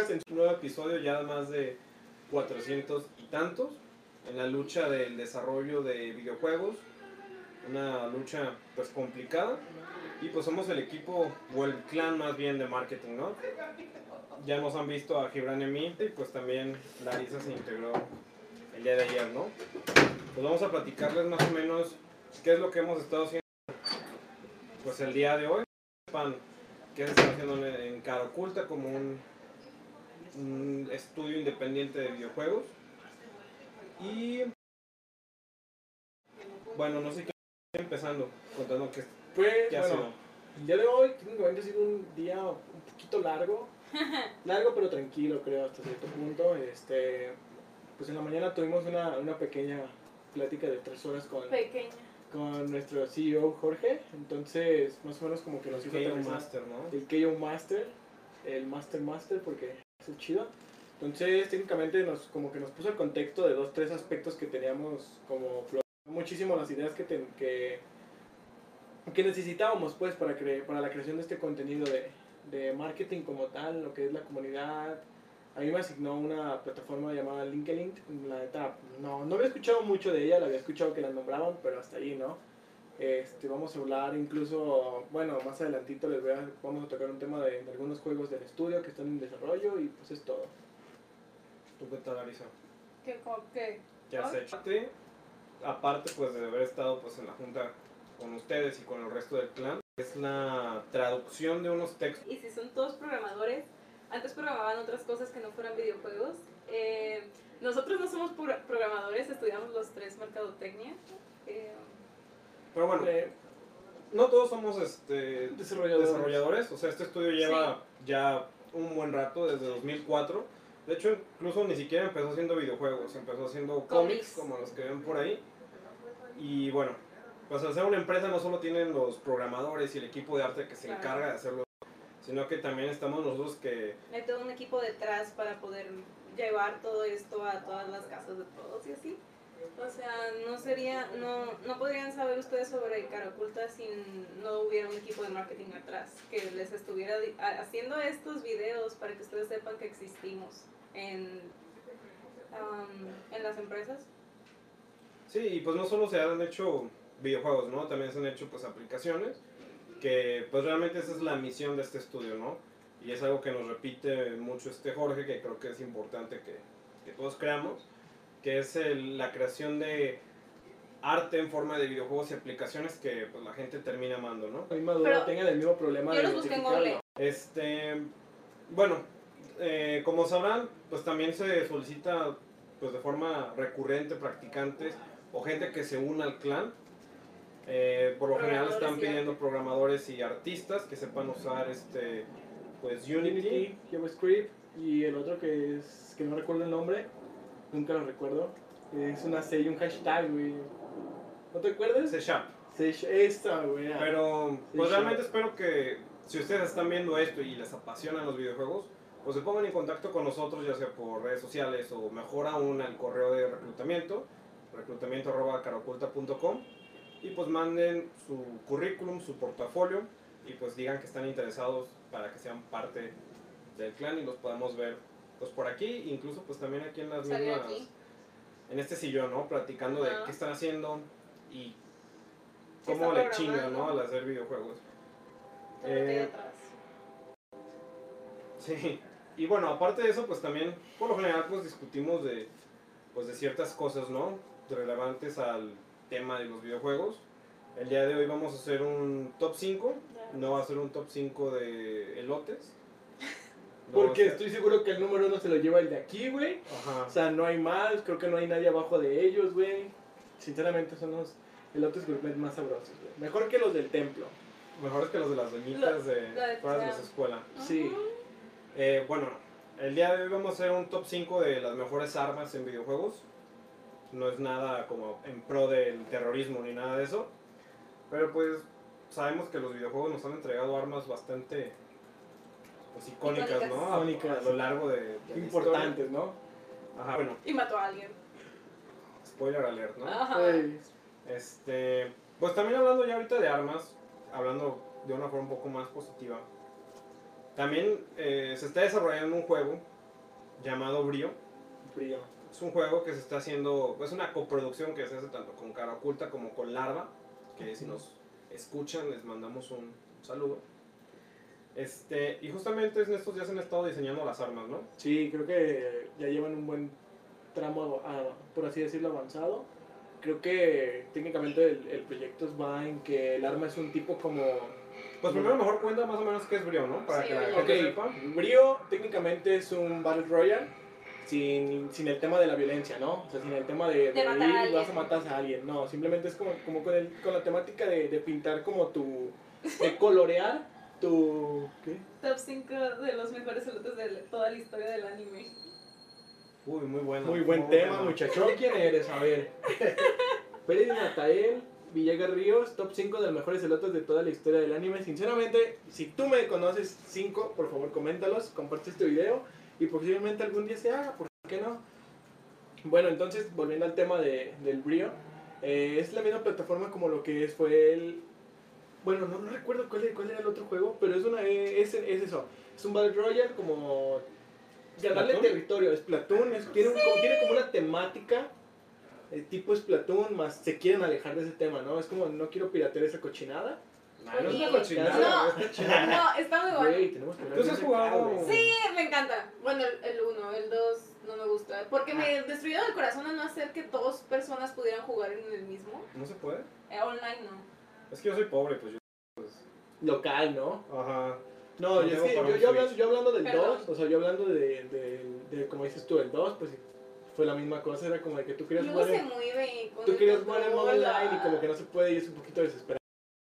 en su nuevo episodio, ya más de 400 y tantos, en la lucha del desarrollo de videojuegos, una lucha pues complicada, y pues somos el equipo, o el clan más bien de marketing, ¿no? Ya nos han visto a Gibran y a mí, y pues también Larisa se integró el día de ayer, ¿no? Pues vamos a platicarles más o menos qué es lo que hemos estado haciendo pues el día de hoy, sepan qué se está haciendo en Cara Oculta como un estudio independiente de videojuegos. Y bueno, no sé qué empezando contando qué Pues ha bueno, sido. el día de hoy técnicamente ha sido un día un poquito largo pero tranquilo creo hasta cierto punto. Pues en la mañana tuvimos una pequeña plática de 3 horas con nuestro CEO Jorge, entonces más o menos como que nos hizo el KO Master, ¿no? el KO Master, el Master porque es el chido. Entonces técnicamente como que nos puso el contexto de 2-3 aspectos que teníamos como muchísimo las ideas que necesitábamos pues para la creación de este contenido de marketing como tal, lo que es la comunidad. A mí me asignó una plataforma llamada LinkedIn. La neta, no había escuchado mucho de ella, la había escuchado que la nombraban, pero hasta ahí, ¿no? Vamos a hablar incluso, bueno, más adelantito vamos a tocar un tema de algunos juegos del estudio que están en desarrollo y pues es todo. ¿Tú qué tal, Larisa? ¿Qué has hecho? Aparte pues de haber estado pues en la junta con ustedes y con el resto del clan, es la traducción de unos textos. Y si son todos programadores, antes programaban otras cosas que no fueran videojuegos. Nosotros no somos programadores, estudiamos los 3 mercadotecnia. Pero bueno, no todos somos desarrolladores. O sea, este estudio lleva ya un buen rato, desde 2004. De hecho, incluso ni siquiera empezó haciendo videojuegos, empezó haciendo cómics como los que ven por ahí. Y bueno, pues al ser una empresa no solo tienen los programadores y el equipo de arte que se encarga de hacerlo, sino que también estamos nosotros que... Hay todo un equipo detrás para poder llevar todo esto a todas las casas de todos y así. O sea, no podrían saber ustedes sobre Cara Oculta si no hubiera un equipo de marketing atrás que les estuviera haciendo estos videos para que ustedes sepan que existimos en las empresas. Sí, y pues no solo se han hecho videojuegos, ¿no? También se han hecho pues aplicaciones, que pues realmente esa es la misión de este estudio, ¿no? Y es algo que nos repite mucho Jorge, que creo que es importante que todos creamos, que es la creación de arte en forma de videojuegos y aplicaciones que pues la gente termina amando, ¿no? La misma duda, tengan el mismo problema yo los busqué en Google. Bueno, como sabrán, pues también se solicita pues de forma recurrente practicantes o gente que se una al clan. Por lo general están pidiendo programadores y artistas que sepan usar pues Unity, JavaScript, y el otro que no recuerdo el nombre, nunca lo recuerdo, es un hashtag, güey. ¿No te acuerdas? C#. Esta, güey. Pero pues realmente espero que si ustedes están viendo esto y les apasionan los videojuegos, pues se pongan en contacto con nosotros, ya sea por redes sociales o mejor aún al correo de reclutamiento@caraoculta.com, y pues manden su currículum, su portafolio, y pues digan que están interesados para que sean parte del clan y los podamos ver pues por aquí, incluso pues también aquí en las mismas, en este sillón, ¿no? Platicando de qué están haciendo y cómo le chingan, ¿no? Al hacer videojuegos. Sí, y bueno, aparte de eso, pues también por lo general pues discutimos de ciertas cosas, ¿no? Relevantes al tema de los videojuegos. El día de hoy vamos a hacer un top 5, no va a ser un top 5 de elotes. Porque estoy seguro que el número 1 se lo lleva el de aquí, güey. Ajá. O sea, no hay más, creo que no hay nadie abajo de ellos, güey. Sinceramente son los elotes gourmet más sabrosos, güey. Mejor que los del templo. Mejores que los de las doñitas de fuera de las escuelas. Sí. Bueno, el día de hoy vamos a hacer un top 5 de las mejores armas en videojuegos. No es nada como en pro del terrorismo ni nada de eso. Pero pues sabemos que los videojuegos nos han entregado armas bastante pues icónicas, ¿no? A lo largo de importantes, ¿no? Ajá, bueno. Y mató a alguien. Spoiler alert, ¿no? Ajá. Pues también hablando ya ahorita de armas, hablando de una forma un poco más positiva. También se está desarrollando un juego llamado Brio. Frío. Es un juego que se está haciendo, es una coproducción que se hace tanto con Cara Oculta como con Larva, que si nos escuchan les mandamos un saludo. Y justamente en estos días han estado diseñando las armas, ¿no? Sí, creo que ya llevan un buen tramo, por así decirlo, avanzado. Creo que técnicamente el proyecto va en que el arma es un tipo como... Pues primero mejor cuenta más o menos qué es Brio, ¿no? Para Sí, que la oye. gente Ok, sepa. Brio técnicamente es un Battle Royale sin el tema de la violencia, ¿no? O sea, sin el tema de De matar a ir y alguien. vas a matar a alguien. No, simplemente es como con la temática de pintar como de colorear tu... ¿Qué? Top 5 de los mejores elotes de toda la historia del anime. Uy, muy bueno. Muy buen tema, muchacho. ¿Quién eres? A ver. Pérez Natael, Villegas Ríos, top 5 de los mejores elotes de toda la historia del anime. Sinceramente, si tú me conoces 5, por favor coméntalos, comparte este video y posiblemente algún día se haga, ¿por qué no? Bueno, entonces, volviendo al tema del Brio, es la misma plataforma como lo que fue el... Bueno, no recuerdo cuál era el otro juego, pero es eso. Es un Battle Royale como... ganarle ¿Splatoon? territorio, Splatoon, tiene como una temática tipo Splatoon, más se quieren alejar de ese tema, ¿no? Es como, no quiero piratear esa cochinada. No, no es Sí. una cochinada. No. Está chingada. No, está muy bueno. Güey, tenemos que hablar ¿Tú sí bien has de jugado? acá, güey. Sí, me encanta. Bueno, el 1, el 2 no me gusta. Porque me destruyeron el corazón a no hacer que dos personas pudieran jugar en el mismo. ¿No se puede? Online no. Es que yo soy pobre, pues yo... Pues, Local, ¿no? ajá. No, No y es tengo que para un yo Switch. hablando del Perdón. 2, o sea, yo hablando de como dices tú, el 2, pues fue la misma cosa, era como de que tú querías Luego jugar se mueve con tú el querías jugar el modo control, online y como que no se puede y es un poquito desesperante.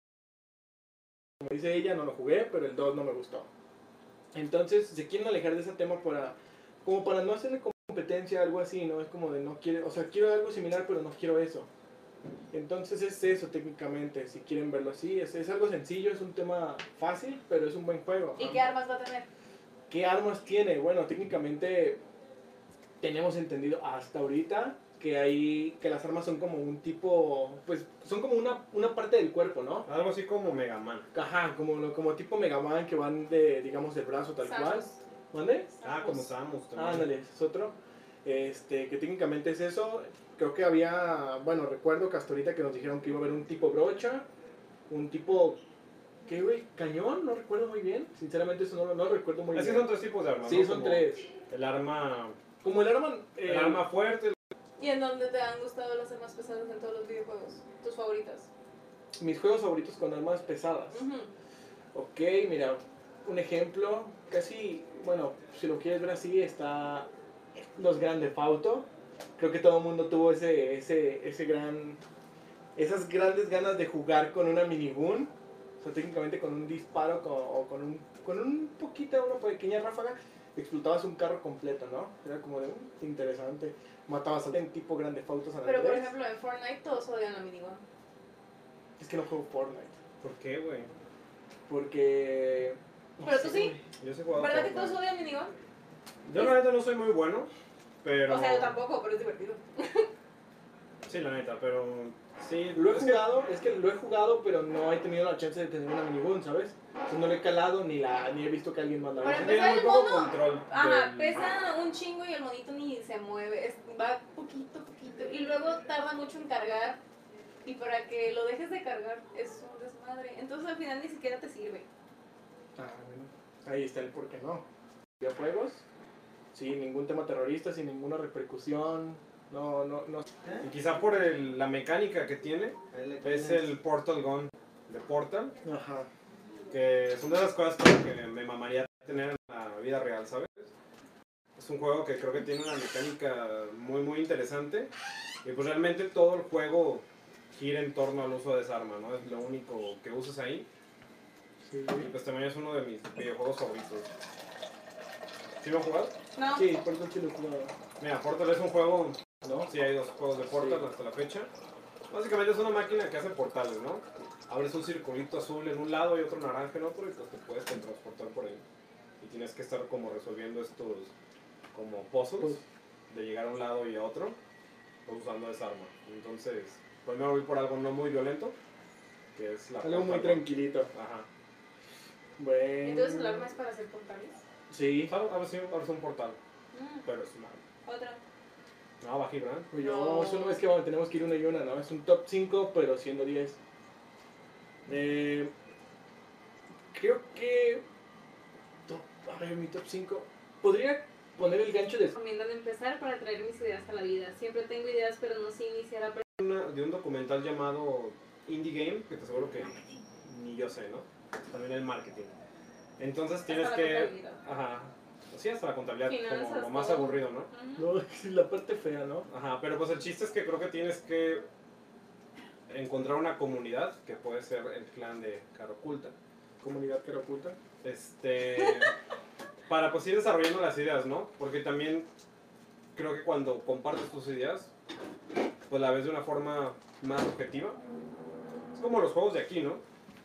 Como dice ella, no lo jugué, pero el 2 no me gustó. Entonces se quieren alejar de ese tema como para no hacerle competencia, algo así, ¿no? Es como de no quiero, o sea, quiero algo similar, pero no quiero eso. Entonces es eso técnicamente, si quieren verlo así, es algo sencillo, es un tema fácil, pero es un buen juego. ¿Y qué armas va a tener? ¿Qué armas tiene? Bueno, técnicamente tenemos entendido hasta ahorita que las armas son como un tipo, pues son como una parte del cuerpo, ¿no? Algo así como Mega Man. Ajá, como tipo Mega Man que van digamos, del brazo tal cual. Samus. ¿Mande? Ah, como Samus también. Ándale, es otro. Que técnicamente es eso. Creo que había, bueno, recuerdo que hasta ahorita que nos dijeron que iba a haber un tipo brocha, un tipo, ¿qué güey? ¿Cañón? No recuerdo muy bien. Sinceramente eso no lo recuerdo muy Es que bien. son tres tipos de armas, Sí, ¿no? son Como tres. El arma... Como el arma fuerte. ¿Y en dónde te han gustado las armas pesadas en todos los videojuegos? ¿Tus favoritas? mis juegos favoritos con armas pesadas. Ujú. Ok, mira, un ejemplo, casi, bueno, si lo quieres ver así, está los Grand Theft Auto. Creo que todo el mundo tuvo esas grandes ganas de jugar con una minigun. O sea, técnicamente con un disparo o con un poquito, una pequeña ráfaga, explotabas un carro completo, ¿no? Era como de interesante. Matabas a alguien tipo Grand Theft Auto San Pero por Andreas. ejemplo en Fortnite todos odian la minigun. Es que no juego Fortnite. ¿Por qué, güey? Porque... no Pero sé, tú sí. güey. Yo sé jugar ¿Verdad que Fortnite. todos odian minigun? Yo la neta no soy muy bueno, pero... O sea, yo tampoco, pero es divertido. Sí, la neta, pero... Sí, Lo he es que- jugado, es que lo he jugado, pero no he tenido la chance de tener una minigun, ¿sabes? O sea, no lo he calado ni he visto que alguien más la Para usa. empezar, Tiene muy el poco mono- control. Ajá, del- pesa un chingo y el monito ni se mueve, va poquito. Y luego tarda mucho en cargar. Y para que lo dejes de cargar es un desmadre. Entonces al final ni siquiera te sirve. Ah, bueno, ahí está el por qué no. Videojuegos, sin ningún tema terrorista, sin ninguna repercusión. No. Y quizá por la mecánica que tiene, es el Portal Gun de Portal, Ajá. que son de las cosas como que me mamaría tener en la vida real, ¿sabes? Es un juego que creo que tiene una mecánica muy muy interesante y pues realmente todo el juego gira en torno al uso de esa arma, ¿no? Es lo único que usas ahí Sí, y pues también es uno de mis videojuegos favoritos. ¿Sí lo has jugado? ¿No? sí, por eso sí lo he jugado. Mira, Portal es un juego, ¿No? sí hay dos juegos de Portal Sí. hasta la fecha. Básicamente es una máquina que hace portales, ¿no? Abres un circulito azul en un lado y otro naranja en otro y pues te puedes transportar por ahí. Y tienes que estar como resolviendo estos como puzzles Pues, de llegar a un lado y a otro pues, usando esa arma. Entonces, primero voy por algo no muy violento, que es la algo muy Portal Gun. tranquilito. Ajá. Bueno. Entonces el arma es para hacer portales. Sí. Abres un portal. pero es malo. Otra. No, va Gibran. Pues No. eso no es que tenemos que ir una y una, ¿no? Es un top 5, pero siendo 10. Creo que... A ver, mi top 5. Podría poner el gancho de... Recomiendan empezar para traer mis ideas a la vida. Siempre tengo ideas, pero no sé iniciar a De un documental llamado Indie Game, que te aseguro que ni yo sé, ¿no? También el marketing. Entonces tienes hasta la que... contabilidad. Ajá. Sí, hasta la contabilidad, Finanzas, como lo más todo. aburrido, ¿no? Ujú. No, es la parte fea, ¿no? Ajá, pero pues el chiste es que creo que tienes que encontrar una comunidad, que puede ser el clan de Cara Oculta, Comunidad que era oculta. para pues ir desarrollando las ideas, ¿no? Porque también creo que cuando compartes tus ideas, pues la ves de una forma más objetiva. Es como los juegos de aquí, ¿no?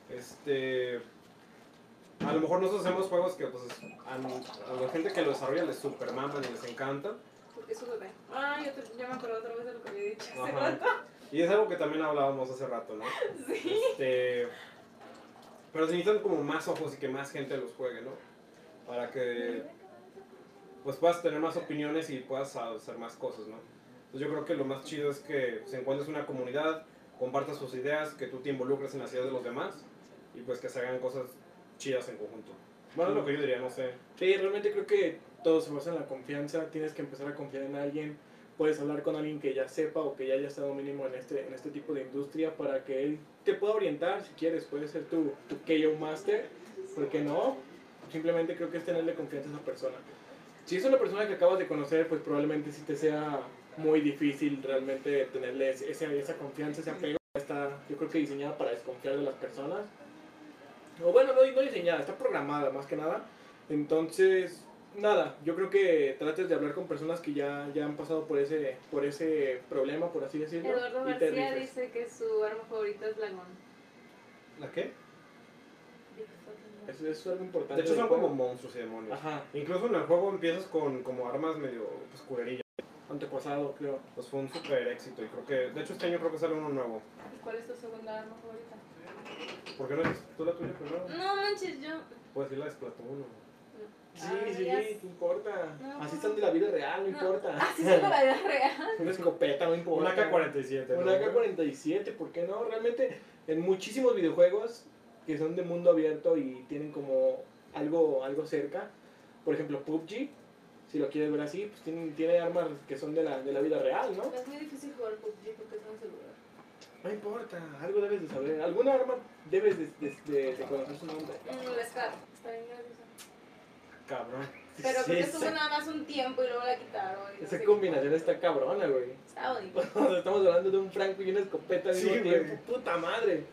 A lo mejor nosotros hacemos juegos que pues, a la gente que lo desarrolla les super maman y les encantan. Porque eso bebé. Ya me acuerdo otra vez de lo que había dicho hace Ajá. rato. Y es algo que también hablábamos hace rato, ¿no? Sí. Pero se necesitan como más ojos y que más gente los juegue, ¿no? Para que pues puedas tener más opiniones y puedas hacer más cosas, ¿no? Entonces yo creo que lo más chido es que se encuentres una comunidad, compartas sus ideas, que tú te involucres en las ideas de los demás y pues que se hagan cosas chidas en conjunto. Bueno, es lo que yo diría, no sé. Sí, realmente creo que todo se basa en la confianza. Tienes que empezar a confiar en alguien. Puedes hablar con alguien que ya sepa o que ya haya estado mínimo en este tipo de industria para que él te pueda orientar si quieres. Puede ser tu KO Master, ¿por qué no? Simplemente creo que es tenerle confianza a esa persona. Si es una persona que acabas de conocer, pues probablemente sí te sea muy difícil realmente tenerle esa confianza, ese apego. Está, yo creo que diseñada para desconfiar de las personas. O bueno, no diseñada, está programada más que nada. Entonces, nada, yo creo que trates de hablar con personas que ya han pasado por ese problema, por así decirlo. Eduardo y te García rifes. dice que su arma favorita es Lagón. ¿La qué? Eso es algo importante. De hecho son del juego. como monstruos y demonios. Ajá, Incluso en el juego empiezas con como armas medio pues, culerillas. antepasado, creo. Pues fue un super éxito y creo que, de hecho este año creo que sale uno nuevo. ¿Y cuál es tu segunda arma favorita? ¿Por qué no dices tú la tuya primero? No manches, yo. Puedes decir la de Splatoon. Sí, ya ¿qué importa? No. Así están de la vida real, no importa. Así es la vida real. Una escopeta, no importa. Una AK-47. ¿no? Una AK-47, ¿por qué no? Realmente en muchísimos videojuegos que son de mundo abierto y tienen como algo cerca, por ejemplo PUBG, si lo quieres ver así, pues tiene armas que son de la vida real, ¿no? Es muy difícil jugar PUBG porque es un celular. No importa, algo debes de saber, alguna arma debes de conocer su nombre. La Scar. Está bien graciosa. Cabrón. Pero Sí, creo que esa- estuvo nada más un tiempo y luego la quitaron. y no Esa sé combinación qué. está cabrona, güey. Está bonito. Estamos hablando de un franco y una escopeta al Sí, mismo güey. tiempo, puta madre.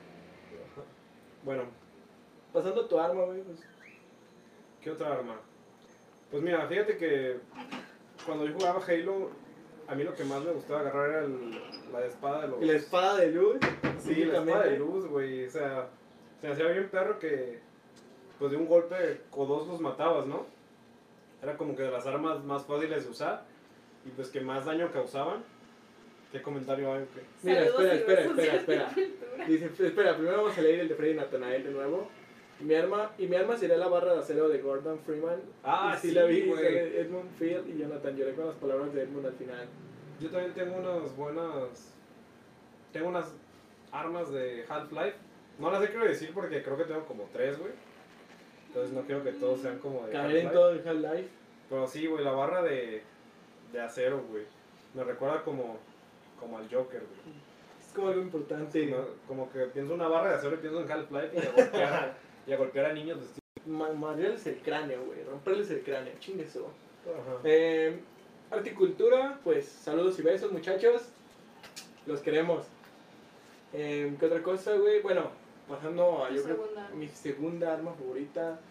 Bueno, Pasando tu arma, güey, pues. ¿qué otra arma? Pues mira, fíjate que cuando yo jugaba Halo, a mí lo que más me gustaba agarrar era la espada de los... Y la espada de luz. Sí, la espada de luz, güey. O sea, se me hacía bien perro que pues de un golpe o dos los matabas, ¿no? Era como que de las armas más fáciles de usar y pues que más daño causaban. ¿Qué comentario hay? ¿Qué? Mira, Saludos y espera. besos de cultura. Dice, espera, primero vamos a leer el de Freddy Nathanael de nuevo. Mi arma sería la barra de acero de Gordon Freeman. Ah, Y sí, sí, la vi, güey. sale Edmund Field y Jonathan. Lloré con las palabras de Edmund al final. Yo también tengo unas buenas... Tengo unas armas de Half-Life. No las he querido decir porque creo que tengo como 3, güey. Entonces no quiero que todos sean como de Caer en Half-Life. todo el Half-Life. Pero sí, güey, la barra de acero, güey. Me recuerda como al Joker, güey. Es como algo importante. No, como que pienso una barra de acero y pienso en Half-Life y a golpear a niños de estilo. Marearles el cráneo, güey. Romperles el cráneo. Chingue eso. Ajá. Articultura, pues saludos y besos, muchachos. Los queremos. ¿Qué otra cosa, güey? Bueno, pasando a Tu yo creo, segunda arma. mi segunda arma favorita.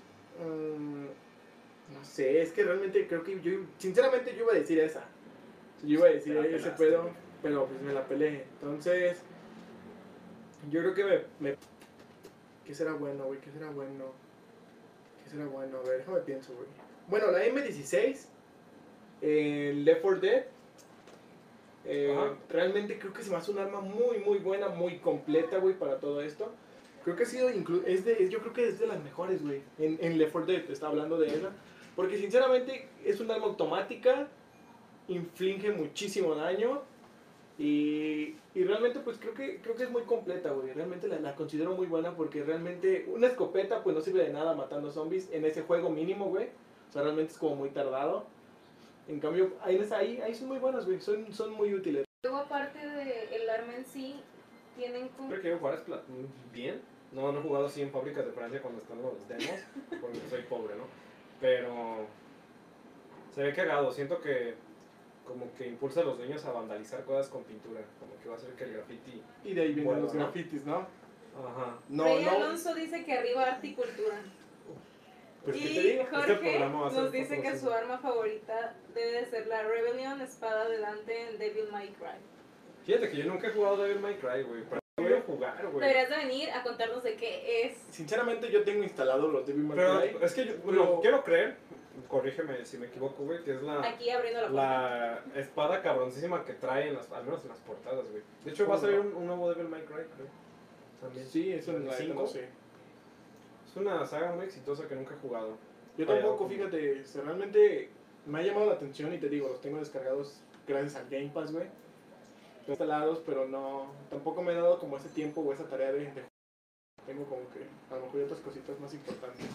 No sé, es que realmente creo que sinceramente yo iba a decir esa. Yo iba a decir Te la ese pelaste, pedo, güey. pero pues me la peleé. Entonces, yo creo que ¿qué será bueno, güey? ¿Qué será bueno? ¿Qué será bueno? A ver, déjame pienso, güey. Bueno, la M16, Left 4 Dead. Ajá. Realmente creo que se me hace un arma muy, muy buena, muy completa, güey, para todo esto. Creo que ha sido, yo creo que es de las mejores, güey. En Left 4 Dead, te estaba hablando de ella. Porque sinceramente es un arma automática, inflige muchísimo daño y realmente pues creo que es muy completa, güey. Realmente la considero muy buena porque realmente una escopeta pues no sirve de nada matando zombies en ese juego mínimo, güey. O sea, realmente es como muy tardado. En cambio, ahí son muy buenas, güey. Son muy útiles. Luego, aparte del arma en sí, tienen como... Siempre quiero jugar Splatoon bien. No he jugado así en fábricas de Francia cuando están los demos, porque soy pobre, ¿no? Pero se ve cagado. Siento que como que impulsa a los niños a vandalizar cosas con pintura. Como que va a hacer que el graffiti... Y de ahí vienen Bueno, los ¿no? grafitis, ¿no? Ajá. Rey Alonso dice que arriba arte y cultura. Pues, ¿qué te Y digo? Jorge programa va a ser nos dice que patrocinado. su arma favorita debe de ser la Rebellion, espada adelante en Devil May Cry. Fíjate que yo nunca he jugado Devil May Cry, güey. Pero voy a jugar, güey. Deberías de venir a contarnos de qué es. Sinceramente yo tengo instalado los Devil May Pero Cry. es que yo quiero creer, corrígeme si me equivoco, güey, que es Aquí abriendo la puerta. la espada cabroncísima que trae, al menos en las portadas, güey. De hecho, va a salir un nuevo Devil May Cry, creo. También. Sí, eso ¿El en la neta 5? no sé. Es una saga muy exitosa que nunca he jugado. Yo tampoco, fíjate, realmente me ha llamado la atención y te digo, los tengo descargados gracias al Game Pass, güey. Están instalados, pero no, tampoco me he dado como ese tiempo o esa tarea de jugar. Tengo como que a lo mejor hay otras cositas más importantes.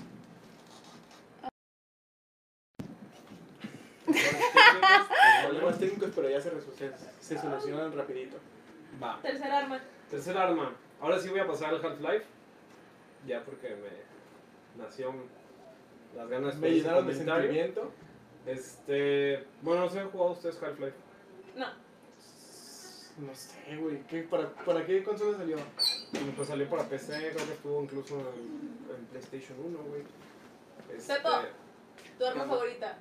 Problemas técnicos, pero ya se solucionan rapidito. Va. Tercer arma. Tercer arma. Ahora sí voy a pasar al Half-Life. Ya porque me nació las ganas Me por ese llenaron de comentario. sentimiento. Bueno, no sé, ¿han jugado ustedes Half-Life? No. No sé, güey, ¿para qué consola salió? Pues salió para PC, creo que estuvo incluso en PlayStation 1, güey. Pepo, tu arma favorita.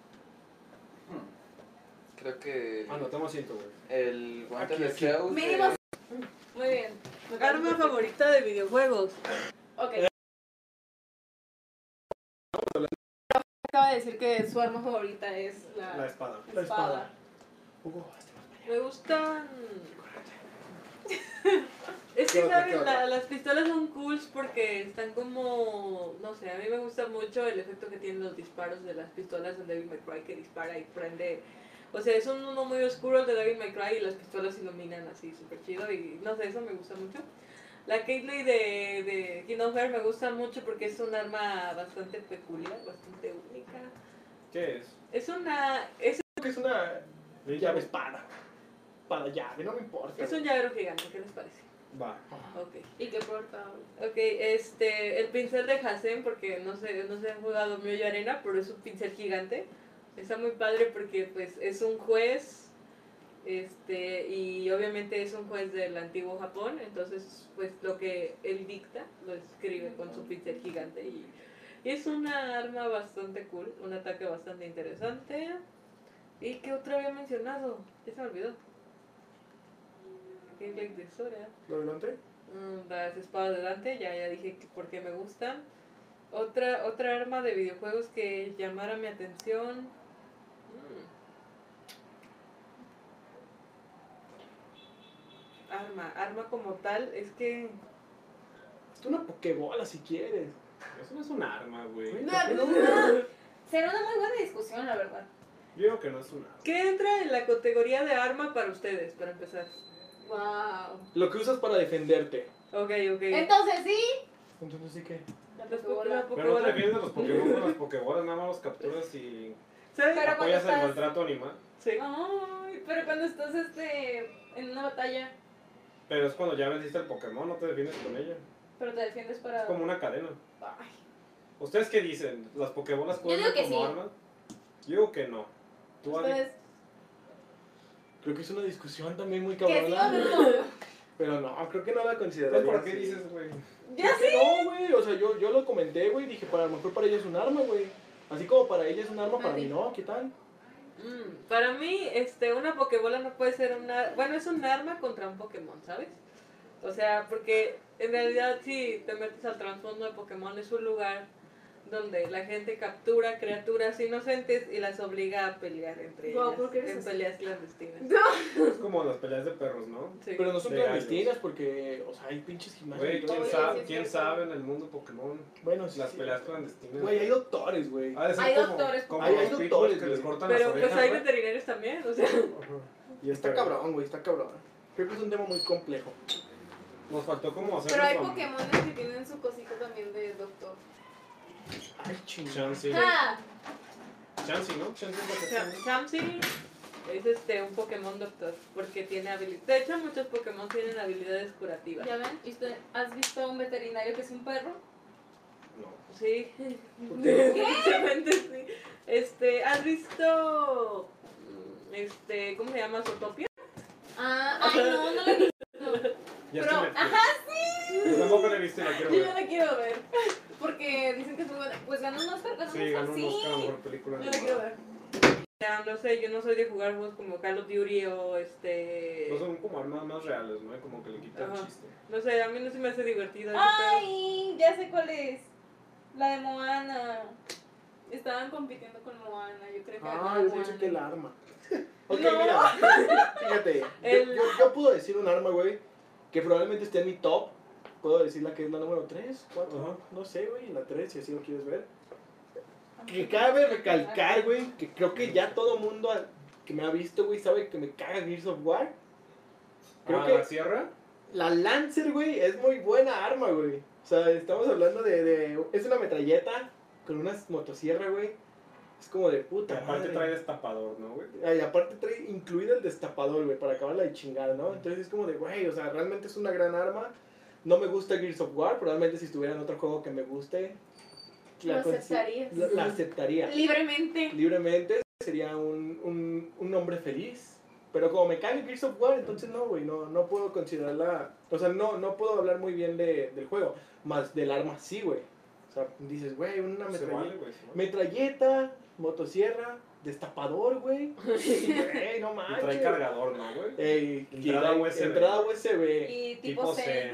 Creo que No, toma asiento, güey. el guante Aquí, de aquí. Zeus. Mínimo. Muy bien. Arma favorita de videojuegos. Ok. Acaba de decir que su arma favorita es La la espada. La espada. Hugo, Me gustan. Es que, ¿Qué otra, ¿sabes? qué otra? Las pistolas son cool porque están como. No sé, a mí me gusta mucho el efecto que tienen los disparos de las pistolas en Devil May Cry que dispara y prende. O sea, es un mundo muy oscuro el de Devil May Cry y las pistolas iluminan así súper chido y no sé, eso me gusta mucho. La Caitlyn de Kingdom Hearts me gusta mucho porque es un arma bastante peculiar, bastante única. ¿Qué es? Es una llave espada. Para llave, no me importa. Es un llavero gigante, ¿qué les parece? Va. Ok. ¿Y qué porta? Ok, el pincel de Hasem, porque no sé han jugado Mioyo Arena, pero es un pincel gigante. Está muy padre porque pues es un juez, y obviamente es un juez del antiguo Japón, entonces pues lo que él dicta lo escribe con su pincel gigante y es una arma bastante cool, un ataque bastante interesante. ¿Y qué otra había mencionado? Ya se me olvidó. Gameplay de Sora. ¿Lo delante? Las espadas de Dante, ya dije por qué me gustan. Otra arma de videojuegos que llamara mi atención. Arma como tal, es que. Una pokebola si quieres. Eso no es un arma, güey. Güey. No, será una muy buena discusión, la verdad. Yo digo que no es un arma. ¿Qué entra en la categoría de arma para ustedes, para empezar? Wow. Lo que usas para defenderte. Ok. Entonces sí. Entonces sí que. La Las Pokébola. Pero no te defiendes de los Pokémon con las Pokébolas, nada más los capturas y ¿Sabes? Pero apoyas cuando el estás- maltrato animal. Sí. Ay, pero cuando estás en una batalla, Pero es cuando ya venciste el Pokémon, no te defiendes con ella. pero te defiendes para. Es como una cadena. Ay. ¿Ustedes qué dicen? ¿Las Pokébolas cuentan digo que como sí. armas? Yo digo que no. ¿Tú, Adi? Ustedes. Creo que es una discusión también muy Que sí o cabrona. no. Pero no, creo que no la consideraría. ¿Por qué así. dices, güey? Ya Creo que no, güey. O sea, yo lo comenté, güey. Dije, a lo mejor para ella es un arma, güey. Así como para ella es un arma, para mí no. ¿Qué tal? Para mí, una Pokébola no puede ser una. Bueno, es un arma contra un Pokémon, ¿sabes? O sea, porque en realidad si te metes al trasfondo de Pokémon es un lugar donde la gente captura criaturas inocentes y las obliga a pelear entre Wow, ellas ¿por qué eres en así? peleas clandestinas. Es como las peleas de perros, ¿no? Sí. Pero no son De clandestinas porque, o sea, hay pinches gimnasios. Güey, y todo. ¿quién Oye, sabe, sí es quién cierto. sabe en el mundo Pokémon? Bueno, sí. Las sí. peleas clandestinas. Güey, hay doctores, güey. Ha de ser Hay como, doctores, como hay los doctores, pitbulls que güey. les cortan Pero las pues orejas, hay güey. veterinarios también, o sea. Ajá. Y está cabrón, güey, está cabrón. Creo que es un tema muy complejo. Nos faltó como hacer Pero hay Pokémon que tienen su cosita también de doctor. Ay, chingada. Chansey. ¡Ah! Chansey, ¿no? Chansey es lo que tiene. Chansey es un Pokémon doctor, porque tiene habilidades. De hecho, muchos Pokémon tienen habilidades curativas. ¿Ya ven? ¿Y usted has visto a un veterinario que es un perro? No. Sí, definitivamente sí. ¿Has visto ¿cómo se llama? Zootopia? Ay, no lo he visto. Ya Pero, está en Netflix. ajá, sí. Yo tampoco la he visto y la quiero Yo ver. ya la quiero ver. Porque dicen que es muy buena. Pues ganó un Oscar, ganó Sí, un ganó Oscar. un Oscar a Sí. mejor película. Yo la quiero ver. Ya, no sé, yo no soy de jugar juegos como Call of Duty o No son como armas más reales, ¿no? Como que le quita el Ajá. chiste. No sé, a mí no se me hace divertido ese Ay, ya sé cuál es. La de Moana. Estaban compitiendo con Moana, yo creo que Ah, ganó yo Moana. pensé que el arma. Ok, No. mira, fíjate, yo puedo decir un arma, güey, que probablemente esté en mi top. Puedo decir la que es la número 3, 4, Ajá. no sé, güey, la 3, si así lo quieres ver. Que cabe recalcar, güey, que creo que ya todo mundo que me ha visto, güey, sabe que me caga Gears of War. Creo ¿La que sierra? la Lancer, güey, es muy buena arma, güey. O sea, estamos hablando es una metralleta con una motosierra, güey. Es como de Que puta aparte madre. trae destapador, ¿no, güey? Ay, aparte trae incluido el destapador, güey, para acabarla de chingar, ¿no? Entonces es como de, güey, o sea, realmente es una gran arma. No me gusta Gears of War, probablemente si estuviera en otro juego que me guste, Lo aceptarías. la aceptaría. Libremente. Libremente sería un hombre feliz. Pero como me cae Gears of War, entonces no, güey, no puedo considerarla. O sea, no puedo hablar muy bien del juego. Más del arma sí, güey. O sea, dices, güey, una Se metralleta. vale, güey. se vale. Metralleta, motosierra, destapador, güey. Güey, no Y manches. trae cargador, ¿no, güey? Entrada USB. Entrada USB. Y tipo Tipo C. C.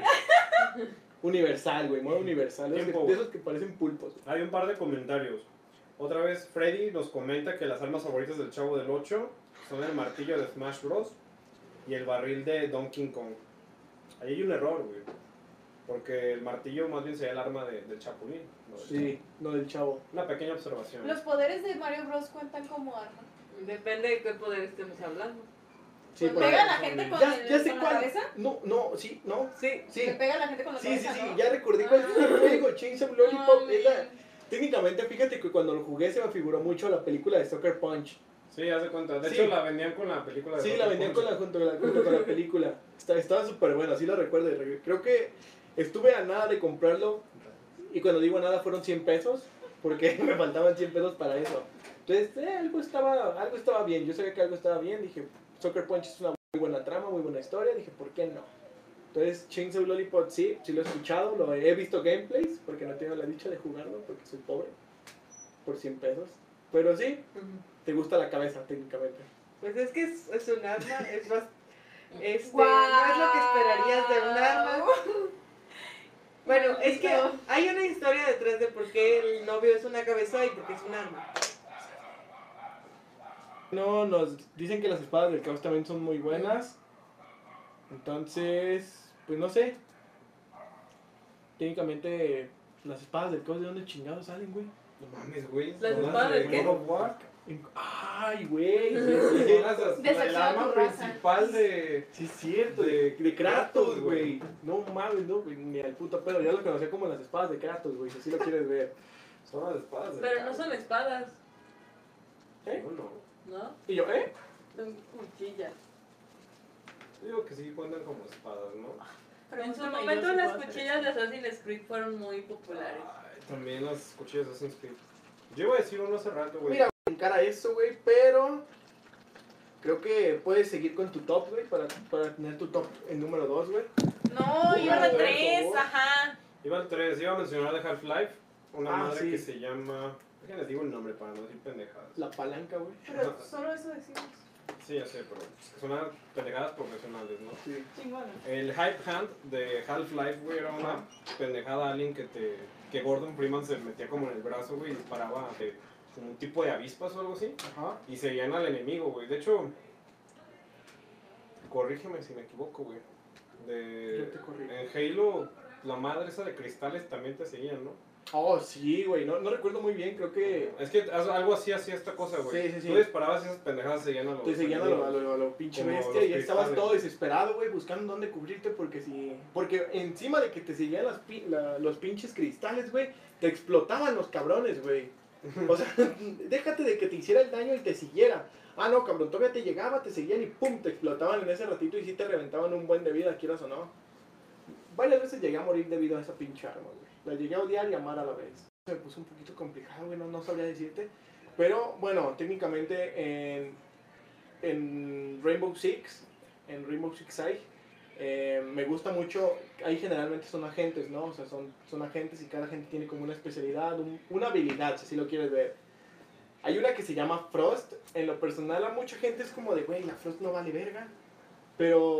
Universal, güey, modo universal. Tiempo. De esos que parecen pulpos. Hay un par de comentarios. Otra vez, Freddy nos comenta que las armas favoritas del Chavo del 8 son el martillo de Smash Bros. Y el barril de Donkey Kong. Ahí hay un error, güey. Porque el martillo más bien sería el arma del Chapulín. ¿no? Sí, no del chavo. Una pequeña observación. Los poderes de Mario Bros cuentan como arma. Depende de qué poder estemos hablando. Sí, Pues porque- pega a la gente con, ya sé con la cuál. cabeza. No, sí, no. Sí, Sí. Le pega a la gente con la Sí, cabeza. sí, ¿no? ya recordé cuál es el juego, Chainsaw Lollipop. Es la- técnicamente, fíjate que cuando lo jugué se me figuró mucho la película de Sucker Punch. Sí, haz de cuenta. De Sí. hecho, la vendían con la película de Sí, Donkey la vendían Kong. junto con la película. Estaba súper buena, sí la recuerdo. Creo que estuve a nada de comprarlo. Y cuando digo nada fueron 100 pesos. Porque me faltaban 100 pesos para eso. Entonces, algo estaba bien. Yo sabía que algo estaba bien. Dije, Sucker Punch es una muy buena trama, muy buena historia. Dije, ¿por qué no? Entonces, Chainsaw Lollipop sí lo he escuchado. He visto gameplays. Porque no tengo la dicha de jugarlo. Porque soy pobre. Por 100 pesos. Pero sí, te gusta la cabeza técnicamente. pues es que es un arma, es más... no es Guau. lo que esperarías de un arma. Bueno, es que No. hay una historia detrás de por qué el novio es una cabeza y por qué es un arma. No, nos dicen que las espadas del caos también son muy buenas. Entonces, pues no sé. Técnicamente, las espadas del caos, ¿de dónde chingados salen, güey? No mames, güey. ¿Las Son espadas de de qué? God of War. Ay, güey. Son Desactiva el arma tu raza. principal de... Sí, es cierto, de Kratos, güey. No mames, no, güey, ni al puto pedo. Ya lo conocía como las espadas de Kratos, güey, si así lo quieres ver. Son las espadas de... Pero no son espadas, ¿Eh? No. ¿no? Y yo, ¿eh? Son cuchillas. Yo digo que sí cuentan como espadas, ¿no? En su Pregúntame, momento yo sí las puedo hacer cuchillas de Assassin's Creed fueron muy populares. Ay, también las cuchillas de Assassin's Creed. Yo iba a decir uno hace rato, güey. Mira, encara eso, güey, pero creo que puedes seguir con tu top, güey, para tener tu top en número 2, güey. No, iba a la Por 3, favor. ajá. Iba al 3, iba a mencionar de Half-Life. Una Ah, madre sí. que se llama... Déjenles digo el nombre para no decir pendejadas. La palanca, güey. Pero solo eso decimos. Sí, ya sé, pero son unas pendejadas profesionales, ¿no? Sí. Chingona. El Hype Hand de Half-Life, güey, era una pendejada alien que Gordon Freeman se metía como en el brazo, güey, y disparaba como un tipo de avispas o algo así, Ajá. y seguían al enemigo, güey. De hecho, corrígeme si me equivoco, güey. Yo te corrijo. En Halo, la madre esa de cristales también te seguían, ¿no? Oh, sí, güey. No recuerdo muy bien, creo que... Es que algo así hacía esta cosa, güey. Sí. Tú disparabas y esas pendejadas seguían a los Te seguían a lo pinche Como bestia los y estabas cristales. todo desesperado, güey, buscando dónde cubrirte porque encima de que te seguían los pinches cristales, güey, te explotaban los cabrones, güey. O sea, déjate de que te hiciera el daño y te siguiera. Ah, no, cabrón, todavía te llegaba, te seguían y pum, te explotaban en ese ratito y sí te reventaban un buen de vida, quieras o no. Varias veces llegué a morir debido a esa pinche arma, güey. La llegué a odiar y amar a la vez. Me puso un poquito complicado, güey, no sabría decirte. Pero, bueno, técnicamente en Rainbow Six Siege, me gusta mucho, ahí generalmente son agentes, ¿no? O sea, son agentes y cada agente tiene como una especialidad, una habilidad, si así lo quieres ver. Hay una que se llama Frost, en lo personal a mucha gente es como de, güey, la Frost no vale verga, pero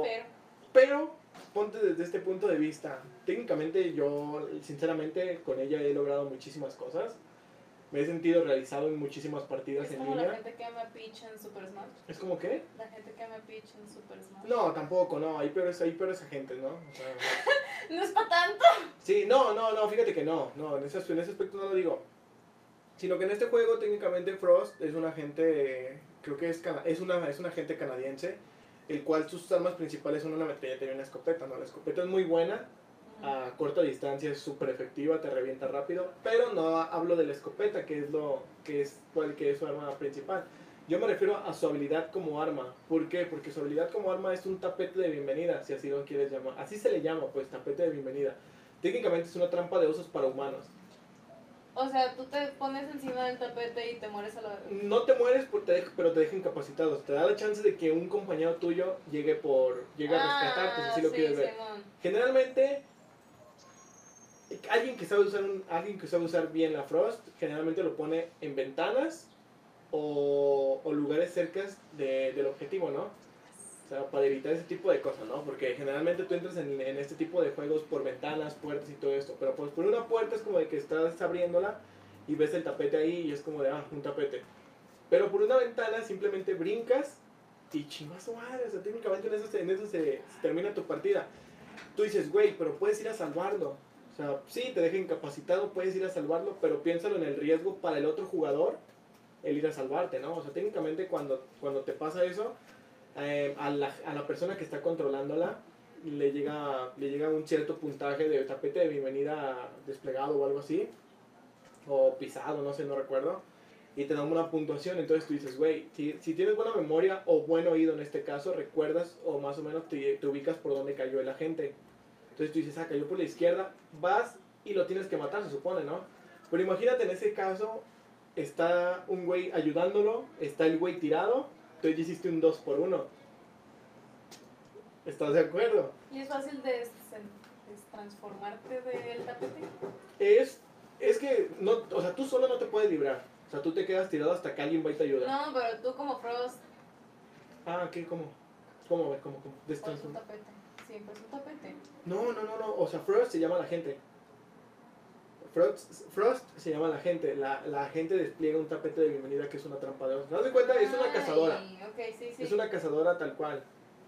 ponte desde este punto de vista, técnicamente yo, sinceramente, con ella he logrado muchísimas cosas. Me he sentido realizado en muchísimas partidas Es en como línea. la gente que ama Peach en Super Smash. ¿Es como qué? La gente que ama Peach en Super Smash. No, tampoco, no, hay peores agentes, ¿no? O sea, No es para tanto. sí, no, fíjate que no, en ese aspecto no lo digo. Sino que en este juego técnicamente Frost es un agente, creo que es un agente canadiense, el cual sus armas principales son una metralleta y una escopeta, ¿no? La escopeta es muy buena, a corta distancia es súper efectiva, te revienta rápido, pero no hablo de la escopeta, que es su arma principal. Yo me refiero a su habilidad como arma. ¿Por qué? Porque su habilidad como arma es un tapete de bienvenida, si así lo quieres llamar. Así se le llama, pues, tapete de bienvenida. Técnicamente es una trampa de osos para humanos. O sea, tú te pones encima del tapete y te mueres a la vez. No te mueres, pero te deja incapacitado. Te da la chance de que un compañero tuyo llegue a rescatarte, si así lo quieres ver. Simón. Generalmente, alguien que sabe usar bien la Frost, generalmente lo pone en ventanas o lugares cercas del objetivo, ¿no? O sea, para evitar ese tipo de cosas, ¿no? Porque generalmente tú entras en este tipo de juegos por ventanas, puertas y todo esto. Pero pues por una puerta es como de que estás abriéndola y ves el tapete ahí y es como de, un tapete. Pero por una ventana simplemente brincas y chingas su madre. O sea, técnicamente en eso se termina tu partida. Tú dices, güey, pero puedes ir a salvarlo. O sea, sí, te deja incapacitado, puedes ir a salvarlo, pero piénsalo en el riesgo para el otro jugador, el ir a salvarte, ¿no? O sea, técnicamente cuando te pasa eso, a la persona que está controlándola le llega un cierto puntaje de tapete de bienvenida desplegado o algo así, o pisado, no sé, no recuerdo, y te dan una puntuación. Entonces tú dices, güey, si tienes buena memoria o buen oído en este caso, recuerdas o más o menos te ubicas por dónde cayó el agente. Entonces tú dices, cayó por la izquierda, vas y lo tienes que matar, se supone, ¿no? Pero imagínate en ese caso, está un güey ayudándolo, está el güey tirado, entonces ya hiciste un 2 por 1. ¿Estás de acuerdo? ¿Y es fácil de transformarte del tapete? Es que, no, o sea, tú solo no te puedes librar. O sea, tú te quedas tirado hasta que alguien va y te ayuda. No, pero tú como Frost ¿Qué? ¿Cómo? ¿Cómo? o es un tapete. Siempre es un tapete. No. O sea, Frost se llama la gente. Frost se llama la gente. La gente despliega un tapete de bienvenida que es una trampa de osos. ¿No te das cuenta? Es una cazadora. Ok, sí. Es una cazadora tal cual.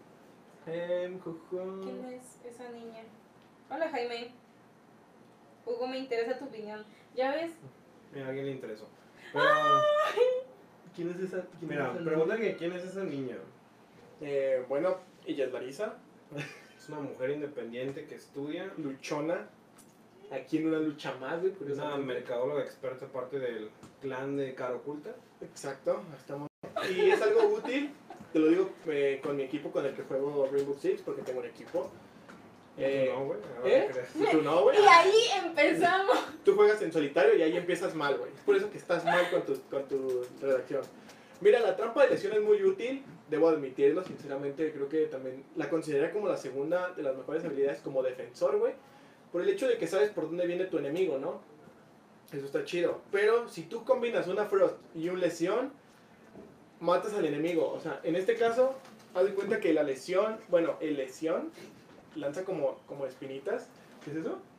¿Quién es esa niña? Hola, Jaime. Hugo, me interesa tu opinión. ¿Ya ves? Mira, a alguien le interesó. Pero, ¿Quién es esa? mira, pregúntale quién es esa niña. Bueno, ella es Larisa, Es una mujer independiente que estudia, luchona. Aquí en una lucha más, güey, una curiosamente. mercadóloga experta, parte del clan de Cara Oculta. Exacto, estamos. Y es algo útil, te lo digo con mi equipo con el que juego Rainbow Six, porque tengo un equipo. No, güey. Tú no, güey. Y ahí empezamos. Tú juegas en solitario y ahí empiezas mal, güey. Es por eso que estás mal con tu redacción. Mira, la trampa de lesión es muy útil, debo admitirlo, sinceramente creo que también la consideraría como la segunda de las mejores habilidades como defensor, güey. Por el hecho de que sabes por dónde viene tu enemigo, ¿no? Eso está chido. Pero si tú combinas una Frost y un lesión, matas al enemigo. O sea, en este caso, haz de cuenta que la lesión, bueno, el lesión lanza como espinitas. ¿Qué es eso?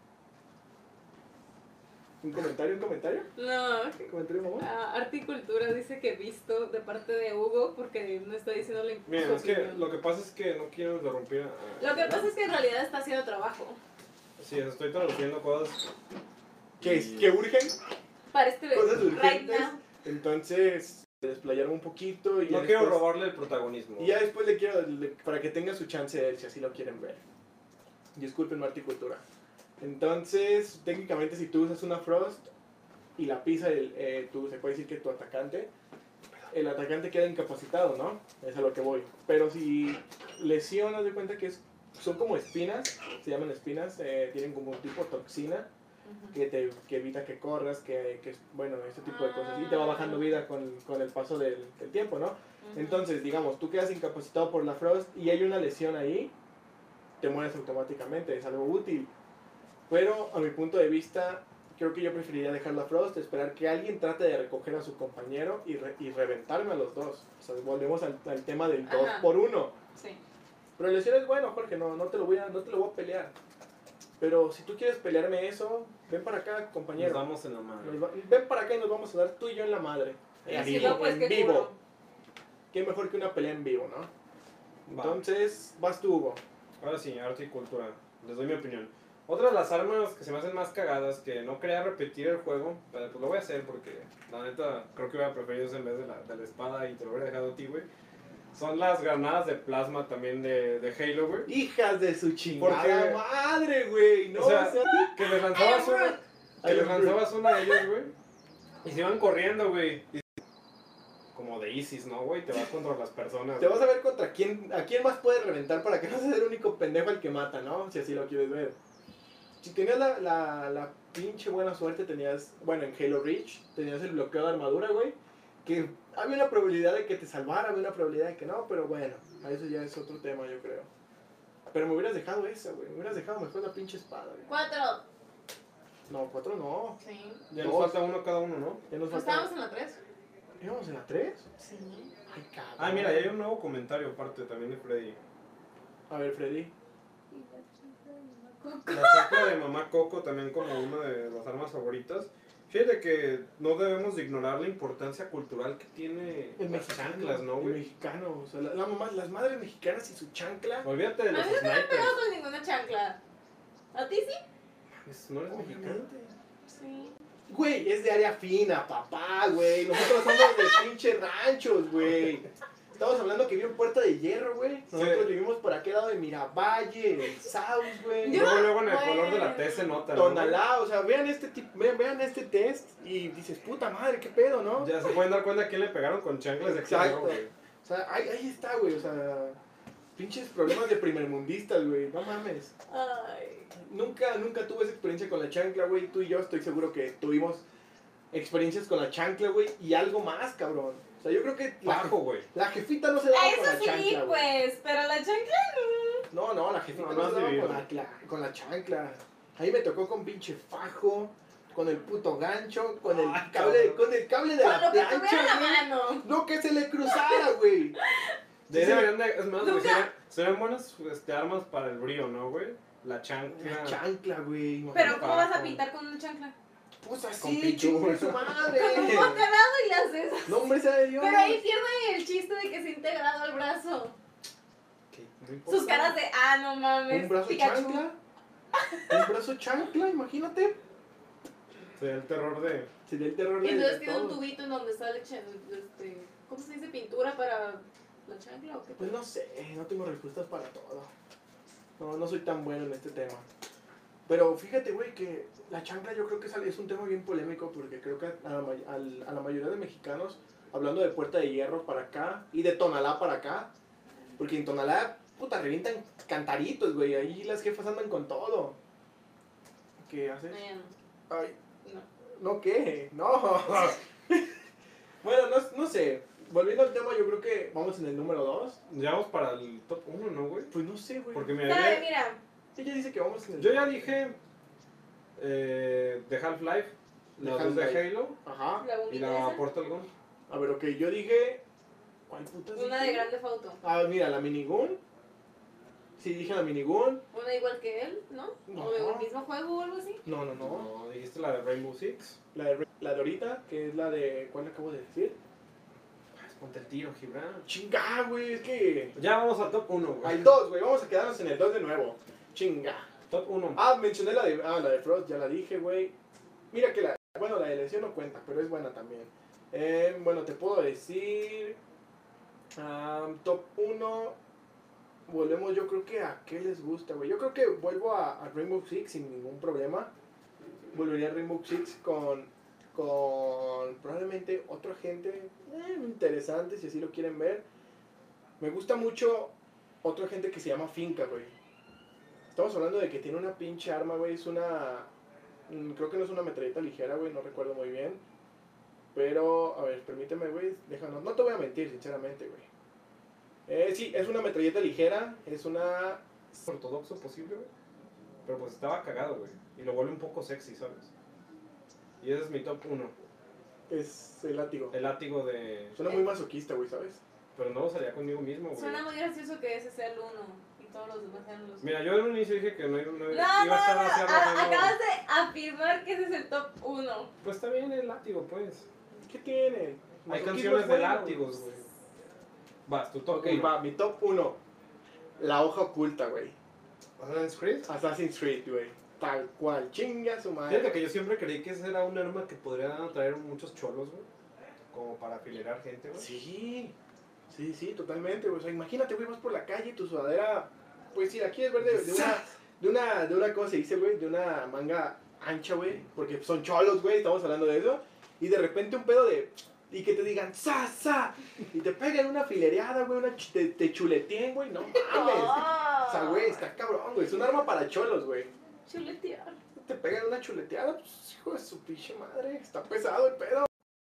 ¿Un comentario? No, ¿Un comentario, mamá? Arte y Cultura dice que visto de parte de Hugo porque no está diciendo la Miren, su es que opinión. lo que pasa es que no quiero interrumpir. Lo que pasa es que en realidad está haciendo trabajo. Sí, estoy traduciendo cosas. Que urgen, Para este cosas right urgentes. now. Entonces, desplayarme un poquito y ya No quiero después- robarle el protagonismo. Y ya después le quiero, para que tenga su chance él, si así lo quieren ver. Disculpen, Arte y Cultura. Entonces, técnicamente si tú usas una Frost y la pisa, se puede decir que tu atacante, el atacante queda incapacitado, ¿no? Es a lo que voy. Pero si lesionas, de cuenta que son como espinas, se llaman espinas, tienen como un tipo toxina que evita que corras, bueno, ese tipo de cosas. Y te va bajando vida con el paso del tiempo, ¿no? Entonces, digamos, tú quedas incapacitado por la Frost y hay una lesión ahí, te mueres automáticamente, es algo útil. Pero a mi punto de vista, creo que yo preferiría dejar la Frost, esperar que alguien trate de recoger a su compañero y reventarme a los dos. O sea, volvemos al tema del 2 Ajá. por 1. Sí. Pero lesiones, bueno, Jorge, no te lo voy a pelear. Pero si tú quieres pelearme eso, ven para acá, Nos compañero. damos en la mano. Ven para acá y nos vamos a dar tú y yo en la madre. Y En si vivo, no, pues en qué vivo. culo. Qué mejor que una pelea en vivo, ¿no? Va. Entonces, vas tú, Hugo. Ahora sí, arte y cultura. Les doy mi opinión. Otra de las armas que se me hacen más cagadas, que no quería repetir el juego, pero pues lo voy a hacer porque la neta creo que hubiera preferido eso en vez de la espada y te lo hubiera dejado a ti, güey. Son las granadas de plasma también de Halo, güey. Hijas de su chingada Porque- madre, güey. No, O sea, que les lanzabas Ay, una, que les lanzabas una de ellos, güey. Y se iban corriendo, güey. Y- Como de ISIS, ¿no, güey? Te vas contra las personas. te vas a ver contra a quién más puedes reventar para que no seas el único pendejo al que mata, ¿no? Si así lo quieres ver. Si tenías la pinche buena suerte, bueno, en Halo Reach, tenías el bloqueo de armadura, güey. Que había una probabilidad de que te salvara, había una probabilidad de que no, pero bueno, a eso ya es otro tema, yo creo. Pero me hubieras dejado esa, güey. Me hubieras dejado mejor la pinche espada, güey. 4. No, 4 no. Sí. Ya nos Dos. falta uno cada uno, ¿no? Ya nos Pues falta. estábamos en la 3. ¿Íbamos en la 3? Sí. Ay, cabrón. Ah, mira, ya hay un nuevo comentario aparte también de Freddy. A ver, Freddy. La chancla de mamá Coco también como una de las armas favoritas. Fíjate que no debemos de ignorar la importancia cultural que tiene El las mexicano. chanclas, ¿no, El güey? mexicano. O sea, las madres mexicanas y su chancla. Olvídate de A los mí no me han snipers. pegado con ninguna chancla. ¿A ti sí? ¿No eres mexicano? Obviamente. Sí. Güey, es de área fina, papá, güey. Nosotros somos de pinche ranchos, güey. Estamos hablando que vive en Puerta de Hierro, güey. Nosotros Sí. vivimos por aquel lado de Miravalle, el South, güey. Yo- Luego en el Bueno. color de la T se nota, ¿no? Tonalá, o sea, vean este test y dices, puta madre, qué pedo, ¿no? Ya se pueden dar cuenta a quién le pegaron con chanclas de Exacto. aquí, güey. O sea, ahí está, güey, o sea, pinches problemas de primermundistas, güey, no mames. Ay. Nunca tuve esa experiencia con la chancla, güey. Tú y yo estoy seguro que tuvimos experiencias con la chancla, güey, y algo más, cabrón. O sea, yo creo que Bajo, güey. la jefita no se daba con Eso la sí, chancla, güey. pues, pero la chancla No, la jefita No, no, no se has daba vivido. con la chancla. Ahí me tocó con pinche fajo, con el puto gancho, con el Ay, cable, cabrón. con el cable de con la lo que plancha, tuviera en la güey. mano. No, que se le cruzara, güey. De ahí deberían de, es más, güey, Nunca. serían buenas armas para el brío, ¿no, güey? La La chancla. chancla, güey. Pero ¿cómo vas a Fajo. pintar con una chancla? Pues Con así, pintura. chingue su Con un madre. bocalado y le haces. No, hombre, sea de Dios. Pero ahí pierde el chiste de que se ha integrado al brazo. ¿Qué? No importa. Sus caras de, no mames, Un brazo Pikachu. chancla. Un brazo chancla, imagínate. Sería el terror de... Sería el terror Y de entonces tiene un todos. tubito en donde sale, ¿cómo se dice? ¿Pintura para la chancla o qué? Pues no sé, no tengo respuestas para todo. No soy tan bueno en este tema. Pero fíjate, güey, que la chancla yo creo que es un tema bien polémico porque creo que a la mayoría de mexicanos, hablando de Puerta de Hierro para acá y de Tonalá para acá, porque en Tonalá, puta, revientan cantaritos, güey, ahí las jefas andan con todo. ¿Qué haces? No, ya no. Ay, No. ¿no qué? No. Bueno, no sé. Volviendo al tema, yo creo que vamos en el número 2. Ya vamos para el top 1, ¿no, güey? Pues no sé, güey. Porque ¿Sabe? mira, Mira, Ella dice que vamos en el... yo ya dije de Half-Life, De las dos de Half-Life. Halo Ajá. la y bombita la esa. Portal Gun. A ver, ok, yo dije ¿Cuál putas Una dije? de Grande Auto. Ah, mira, la minigun. Sí, dije la minigun. Una igual que él, ¿no? No. O del mismo juego o algo así. No. No, dijiste la de Rainbow Six. La de ahorita, que es la de... ¿Cuál acabo de decir? Pues ponte el tiro, Gibran. Chinga, güey, es que... Ya vamos al top 1, güey. Al 2, güey, vamos a quedarnos en el 2 de nuevo. Chinga. Top 1. Ah, mencioné la de Frost, ya la dije, güey. Mira que la de lesión no cuenta, pero es buena también. Bueno, te puedo decir... top 1... Volvemos, yo creo que a qué les gusta, güey. Yo creo que vuelvo a Rainbow Six sin ningún problema. Volvería a Rainbow Six con probablemente otra gente interesante, si así lo quieren ver. Me gusta mucho otra gente que se llama Finca, güey. Estamos hablando de que tiene una pinche arma, güey. Es una... creo que no es una metralleta ligera, güey. No recuerdo muy bien. Pero, a ver, permíteme, güey. Déjanos. No te voy a mentir, sinceramente, güey. Sí, es una metralleta ligera. Es una... Ortodoxo posible, güey. Pero pues estaba cagado, güey. Y lo vuelve un poco sexy, ¿sabes? Y ese es mi top 1. Es el látigo. El látigo de... Suena muy masoquista, güey, ¿sabes? Pero no lo salía conmigo mismo, güey. Suena muy gracioso que ese sea el 1 y todos los demás sean los... Mira, yo en un inicio dije que no iba No, a estar hacia acabas de afirmar que ese es el top 1. Pues está bien el látigo, pues. ¿Qué tiene? Hay Masoquismo canciones es de bueno. látigos, güey. Vas, tu top Ok, 1. va, mi top 1. La hoja oculta, güey. Assassin's Creed. Assassin's Creed, güey. Tal cual. Chinga su madre. Fíjate que yo siempre creí que ese era un arma que podría atraer muchos cholos, güey. Como para afilerar gente, güey. Sí, totalmente, güey. O sea, imagínate, güey, vas por la calle y tu sudadera, pues si la quieres ver de una cosa se dice, güey, de una manga ancha, güey, porque son cholos, güey, estamos hablando de eso, y de repente un pedo de, y que te digan, sa, y te peguen una filereada, güey, te chuleteen, güey, no mames. O sea, güey, está cabrón, güey, es un arma para cholos, güey. Chuletear. Te pegan una chuleteada, pues, hijo de su pinche madre, está pesado el pedo.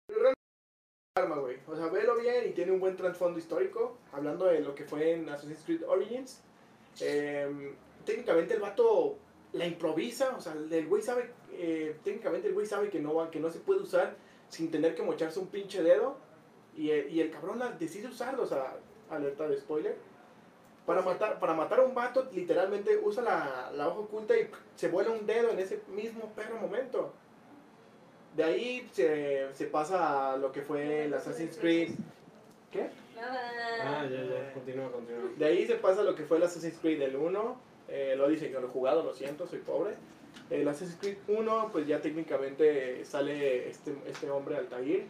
Arma, güey. O sea, velo bien y tiene un buen trasfondo histórico. Hablando de lo que fue en Assassin's Creed Origins. Técnicamente el vato la improvisa. O sea, el güey sabe. Técnicamente el güey sabe que no se puede usar sin tener que mocharse un pinche dedo. Y el cabrón decide usarlo. O sea, alerta de spoiler. Para matar a un vato, literalmente usa la hoja oculta y se vuela un dedo en ese mismo perro momento. De ahí se pasa a lo que fue el Assassin's Creed. ¿Qué? Nada. Ya. Continúa. De ahí se pasa a lo que fue el Assassin's Creed el 1. Lo dicen que no lo he jugado, lo siento, soy pobre. El Assassin's Creed 1, pues ya técnicamente sale este hombre Altair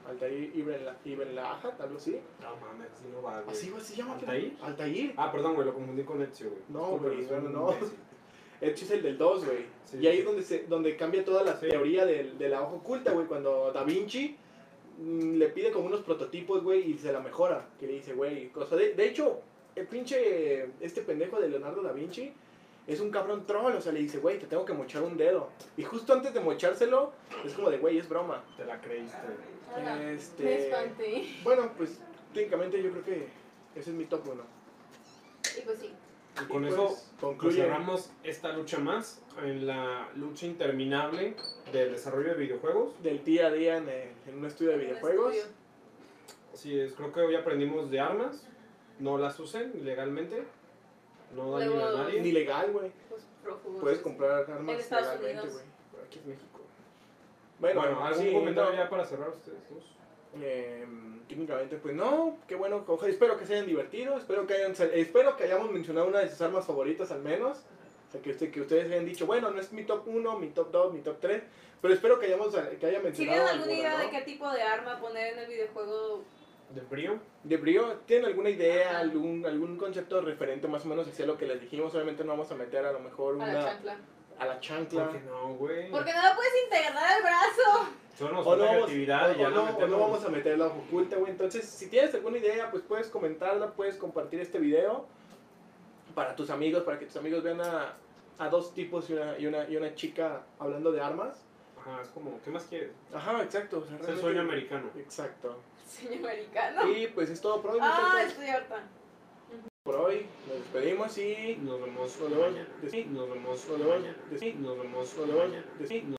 Ibn Lahat, algo así. No mames, así no va, güey. Así se llama. ¿Altair? Altair. Ah, perdón, güey, lo confundí con Ezio, güey. No, Disculpa, güey, soy un no. imbécil. Ezio es el del 2, güey. Sí, y ahí sí. es donde cambia toda la Sí. teoría de la hoja oculta, güey. Cuando Da Vinci le pide como unos prototipos, güey, y se la mejora. Que le dice, güey, cosa de hecho, el pinche, este pendejo de Leonardo da Vinci es un cabrón troll. O sea, le dice, güey, te tengo que mochar un dedo. Y justo antes de mochárselo, es como de, güey, es broma. Te la creíste. Hola. Este- Me espanté. Bueno, pues, técnicamente yo creo que ese es mi top 1. Y pues sí. Y con Y eso pues, concluye. cerramos esta lucha más en la lucha interminable del desarrollo de videojuegos. Del día a día en un estudio de videojuegos. Un estudio. Así es, creo que hoy aprendimos de armas. No las usen ilegalmente. No dañen a Luego- nadie. Ni legal, güey. Pues prófugos. Puedes comprar armas En Estados legalmente, Unidos. güey. Pero aquí es México. Bueno, ¿algún sí, comentario no. ya para cerrar ustedes dos? Técnicamente, pues no, qué bueno, ojalá, espero que se hayan divertido, espero que hayamos mencionado una de sus armas favoritas al menos, o sea, que ustedes hayan dicho, bueno, no es mi top 1, mi top 2, mi top 3, pero espero que haya mencionado Si tienen alguna alguna, idea ¿no? de qué tipo de arma poner en el videojuego, ¿De frío? De brío, ¿tienen alguna idea, Ajá. algún concepto referente más o menos hacia lo que les dijimos? Obviamente no vamos a meter a lo mejor a la chancla. a la chancla. ¿Por qué no, güey? Porque no la puedes integrar al brazo. Solo nos O falta no, creatividad y ya o metemos. no vamos a meter la hoja oculta, güey. Entonces, si tienes alguna idea, pues puedes comentarla, puedes compartir este video para tus amigos, para que tus amigos vean a dos tipos y una chica hablando de armas. Ajá, es como, ¿qué más quieres? Ajá, exacto. O sea, Es el realmente- sueño americano. Exacto. Señor americano. Y pues es todo por hoy, Ah, muchachos. estoy harta. Por hoy nos despedimos y Nos vemos Nos vemos mañana. de- Nos vemos nos vemos mañana. de- Nos vemos nos vemos mañana. de-